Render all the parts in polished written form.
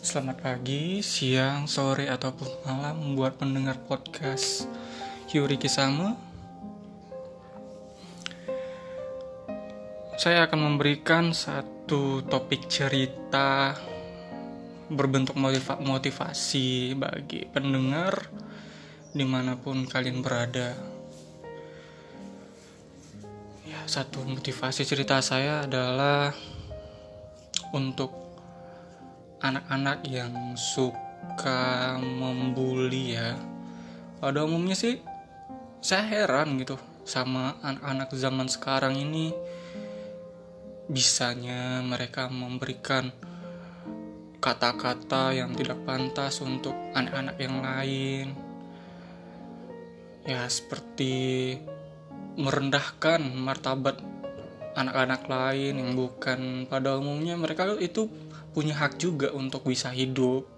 Selamat pagi, siang, sore, ataupun malam buat pendengar podcast Hyuri Kisame. Saya akan memberikan satu topik cerita berbentuk motivasi bagi pendengar dimanapun kalian berada. Ya, satu motivasi cerita saya adalah untuk anak-anak yang suka membuli ya. Pada umumnya sih saya heran gitu sama anak-anak zaman sekarang ini, bisanya mereka memberikan kata-kata yang tidak pantas untuk anak-anak yang lain. Ya, seperti merendahkan martabat anak-anak lain yang bukan pada umumnya mereka itu punya hak juga untuk bisa hidup.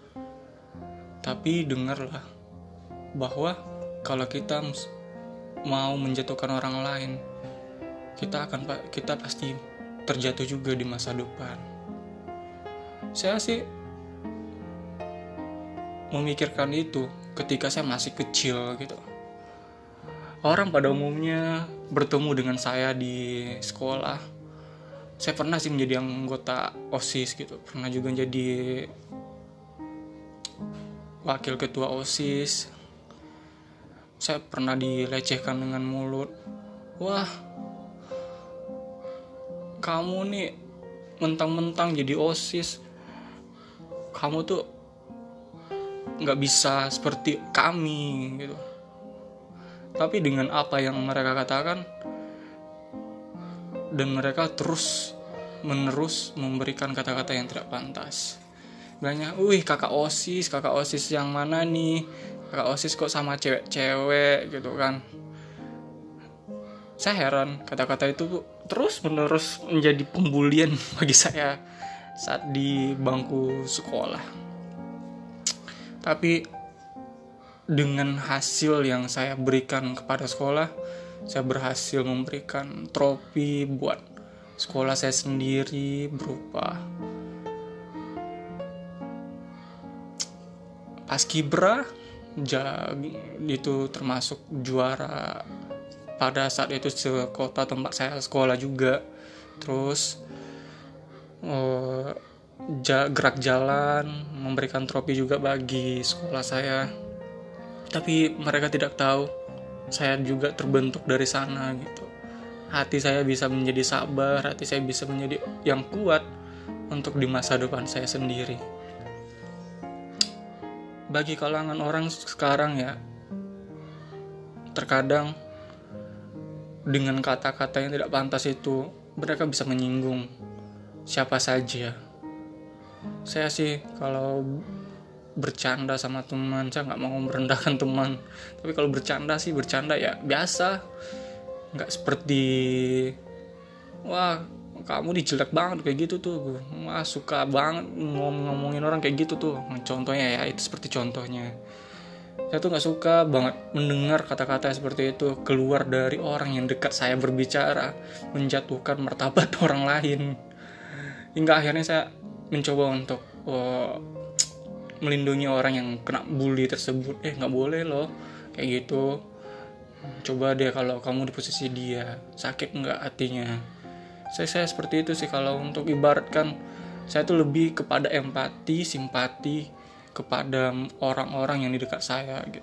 Tapi dengarlah bahwa kalau kita mau menjatuhkan orang lain, kita pasti terjatuh juga di masa depan. Saya sih memikirkan itu ketika saya masih kecil gitu. Orang pada umumnya bertemu dengan saya di sekolah. Saya pernah sih menjadi anggota OSIS gitu. Pernah juga jadi wakil ketua OSIS. Saya pernah dilecehkan dengan mulut. Wah, kamu nih mentang-mentang jadi OSIS, kamu tuh gak bisa seperti kami gitu. Tapi dengan apa yang mereka katakan, dan mereka terus menerus memberikan kata-kata yang tidak pantas. Banyak, kakak OSIS yang mana nih? Kakak OSIS kok sama cewek-cewek gitu kan. Saya heran, kata-kata itu terus menerus menjadi pembulian bagi saya saat di bangku sekolah. Tapi dengan hasil yang saya berikan kepada sekolah, saya berhasil memberikan trofi buat sekolah saya sendiri berupa Paskibra, itu termasuk juara pada saat itu sekota tempat saya sekolah juga. Terus gerak jalan, memberikan trofi juga bagi sekolah saya. Tapi mereka tidak tahu saya juga terbentuk dari sana gitu. Hati saya bisa menjadi sabar, hati saya bisa menjadi yang kuat untuk di masa depan saya sendiri. Bagi kalangan orang sekarang ya, terkadang dengan kata-kata yang tidak pantas itu mereka bisa menyinggung siapa saja. Saya sih kalau bercanda sama teman, saya nggak mau merendahkan teman. Tapi kalau bercanda ya biasa, nggak seperti wah kamu dijelek banget kayak gitu tuh. Wah suka banget ngomongin orang kayak gitu tuh. Contohnya ya, itu seperti contohnya. Saya tuh nggak suka banget mendengar kata-kata seperti itu keluar dari orang yang dekat saya berbicara, menjatuhkan martabat orang lain. Hingga akhirnya saya mencoba untuk melindungi orang yang kena bully tersebut. Nggak boleh loh kayak gitu. Coba deh kalau kamu di posisi dia, sakit nggak hatinya. Saya seperti itu sih. Kalau untuk ibaratkan, saya tuh lebih kepada empati, simpati kepada orang-orang yang di dekat saya gitu.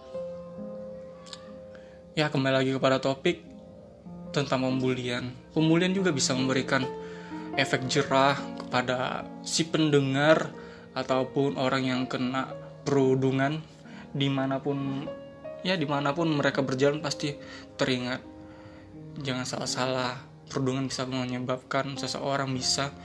Ya, kembali lagi kepada topik tentang pembulian. Pembulian juga bisa memberikan efek jerah kepada si pendengar ataupun orang yang kena perundungan. Dimanapun mereka berjalan pasti teringat. Jangan salah-salah, perundungan bisa menyebabkan seseorang bisa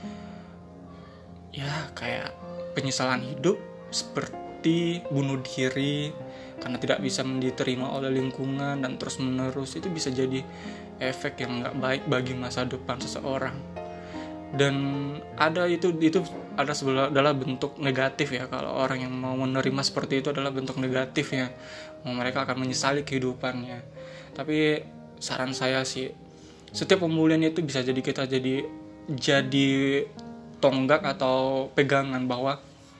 kayak penyesalan hidup, seperti bunuh diri karena tidak bisa diterima oleh lingkungan, dan terus menerus itu bisa jadi efek yang gak baik bagi masa depan seseorang. Dan itu adalah bentuk negatif ya. Kalau orang yang mau menerima seperti itu adalah bentuk negatif ya, mereka akan menyesali kehidupannya. Tapi saran saya sih, setiap pembulian itu bisa jadi kita jadi tonggak atau pegangan bahwa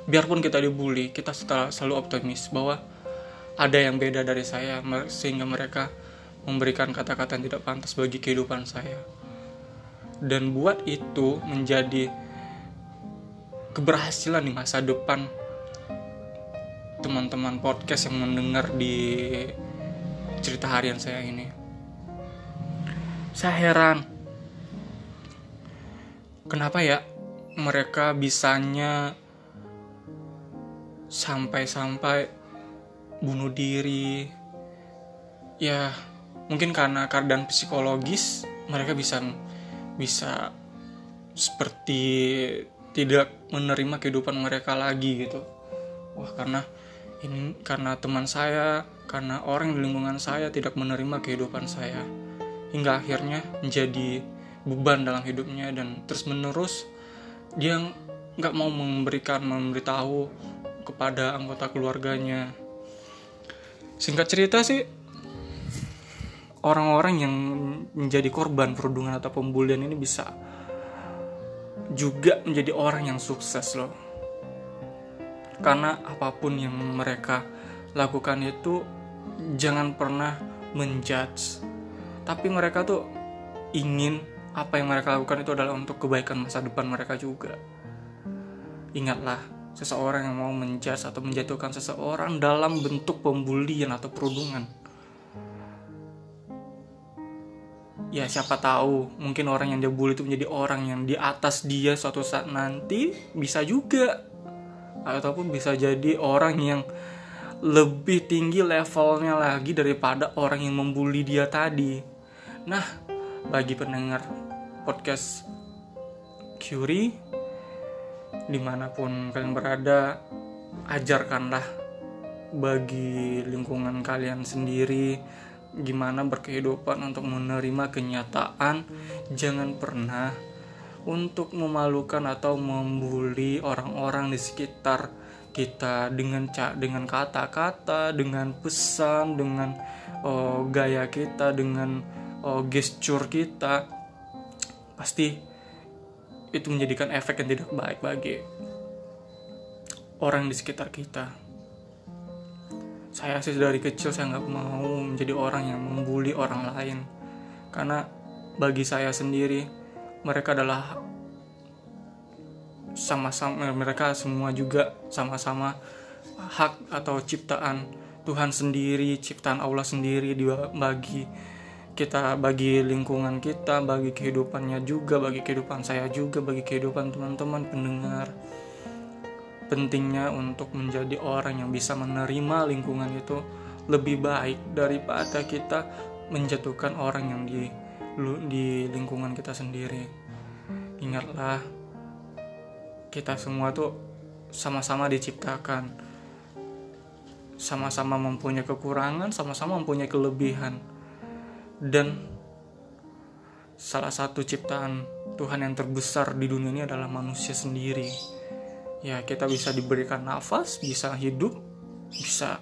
biarpun kita dibully, kita selalu optimis bahwa ada yang beda dari saya, sehingga mereka memberikan kata-kata yang tidak pantas bagi kehidupan saya. Dan buat itu menjadi keberhasilan di masa depan teman-teman podcast yang mendengar di cerita harian saya ini. Saya heran, kenapa ya mereka bisanya sampai bunuh diri. Ya mungkin karena keadaan psikologis mereka bisa seperti tidak menerima kehidupan mereka lagi gitu. Wah, karena teman saya, karena orang di lingkungan saya tidak menerima kehidupan saya, hingga akhirnya menjadi beban dalam hidupnya, dan terus menerus dia nggak mau memberitahu kepada anggota keluarganya. Singkat cerita sih, orang-orang yang menjadi korban perundungan atau pembulian ini bisa juga menjadi orang yang sukses loh. Karena apapun yang mereka lakukan itu jangan pernah menjudge. Tapi mereka tuh ingin apa yang mereka lakukan itu adalah untuk kebaikan masa depan mereka juga. Ingatlah, seseorang yang mau menjudge atau menjatuhkan seseorang dalam bentuk pembulian atau perundungan, ya siapa tahu mungkin orang yang dia bully itu menjadi orang yang di atas dia suatu saat nanti, bisa juga. Ataupun bisa jadi orang yang lebih tinggi levelnya lagi daripada orang yang membuli dia tadi. Nah, bagi pendengar podcast Curie, dimanapun kalian berada, ajarkanlah bagi lingkungan kalian sendiri gimana berkehidupan untuk menerima kenyataan. Jangan pernah untuk memalukan atau membuli orang-orang di sekitar kita dengan kata-kata, dengan pesan, dengan gaya kita, dengan gesture kita. Pasti itu menjadikan efek yang tidak baik bagi orang di sekitar kita. Saya sih dari kecil saya nggak mau menjadi orang yang membuli orang lain, karena bagi saya sendiri mereka adalah mereka semua juga sama-sama hak atau ciptaan Tuhan sendiri, ciptaan Allah sendiri bagi kita, bagi lingkungan kita, bagi kehidupannya juga, bagi kehidupan saya juga, bagi kehidupan teman-teman pendengar. Pentingnya untuk menjadi orang yang bisa menerima lingkungan itu lebih baik daripada kita menjatuhkan orang yang di lingkungan kita sendiri. Ingatlah, kita semua tuh sama-sama diciptakan, sama-sama mempunyai kekurangan, sama-sama mempunyai kelebihan. Dan salah satu ciptaan Tuhan yang terbesar di dunia ini adalah manusia sendiri. Ya, kita bisa diberikan nafas, bisa hidup, bisa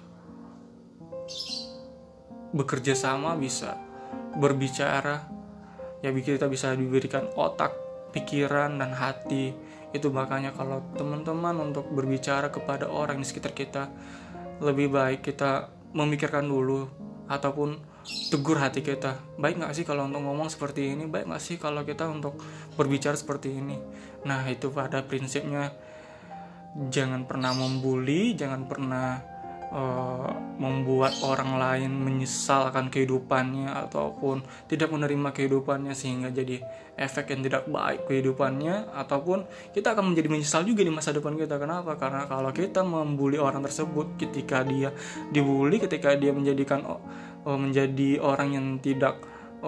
bekerja sama, bisa berbicara. Ya, kita bisa diberikan otak, pikiran, dan hati. Itu makanya kalau teman-teman untuk berbicara kepada orang di sekitar kita, lebih baik kita memikirkan dulu, ataupun tegur hati kita. Baik gak sih kalau untuk ngomong seperti ini? Baik gak sih kalau kita untuk berbicara seperti ini? Nah, itu pada prinsipnya jangan pernah membuli, jangan pernah membuat orang lain menyesal akan kehidupannya ataupun tidak menerima kehidupannya, sehingga jadi efek yang tidak baik kehidupannya, ataupun kita akan menjadi menyesal juga di masa depan kita. Kenapa? Karena kalau kita membuli orang tersebut, ketika dia dibully, ketika dia menjadi orang yang tidak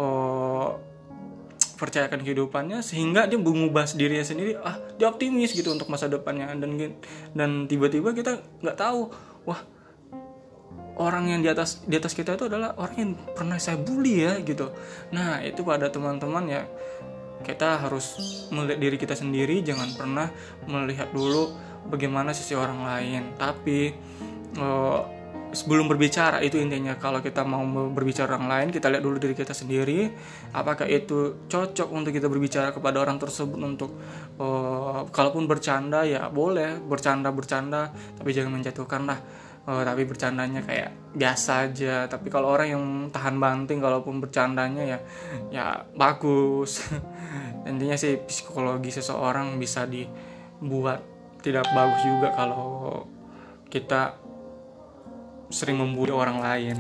percayakan kehidupannya, sehingga dia mengubah dirinya sendiri, dia optimis gitu untuk masa depannya, dan tiba-tiba kita nggak tahu, wah, orang yang di atas kita itu adalah orang yang pernah saya bully ya gitu. Nah, itu pada teman-teman ya, kita harus melihat diri kita sendiri, jangan pernah melihat dulu bagaimana sisi orang lain, tapi sebelum berbicara, itu intinya. Kalau kita mau berbicara orang lain, kita lihat dulu diri kita sendiri, apakah itu cocok untuk kita berbicara kepada orang tersebut. Untuk kalaupun bercanda ya boleh bercanda, tapi jangan menjatuhkan lah. Tapi bercandanya kayak biasa aja. Tapi kalau orang yang tahan banting, kalaupun bercandanya ya bagus. Intinya sih psikologi seseorang bisa dibuat tidak bagus juga kalau kita sering membuli orang lain.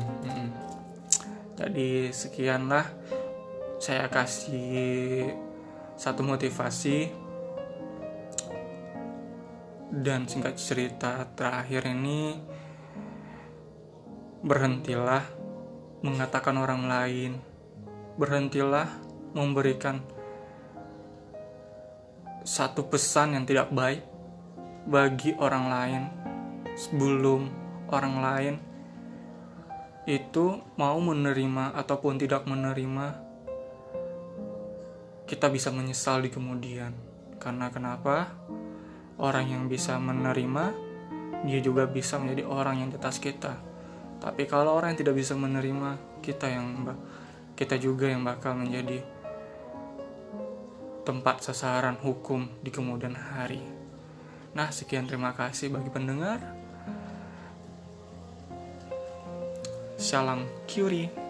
Jadi sekianlah saya kasih satu motivasi. Dan singkat cerita terakhir ini, berhentilah mengatakan orang lain, berhentilah memberikan satu pesan yang tidak baik bagi orang lain sebelum orang lain itu mau menerima ataupun tidak menerima. Kita bisa menyesal di kemudian. Karena kenapa? Orang yang bisa menerima, dia juga bisa menjadi orang yang di atas kita. Tapi kalau orang yang tidak bisa menerima, kita juga yang bakal menjadi tempat sasaran hukum di kemudian hari. Nah, sekian, terima kasih bagi pendengar. Salam Curie.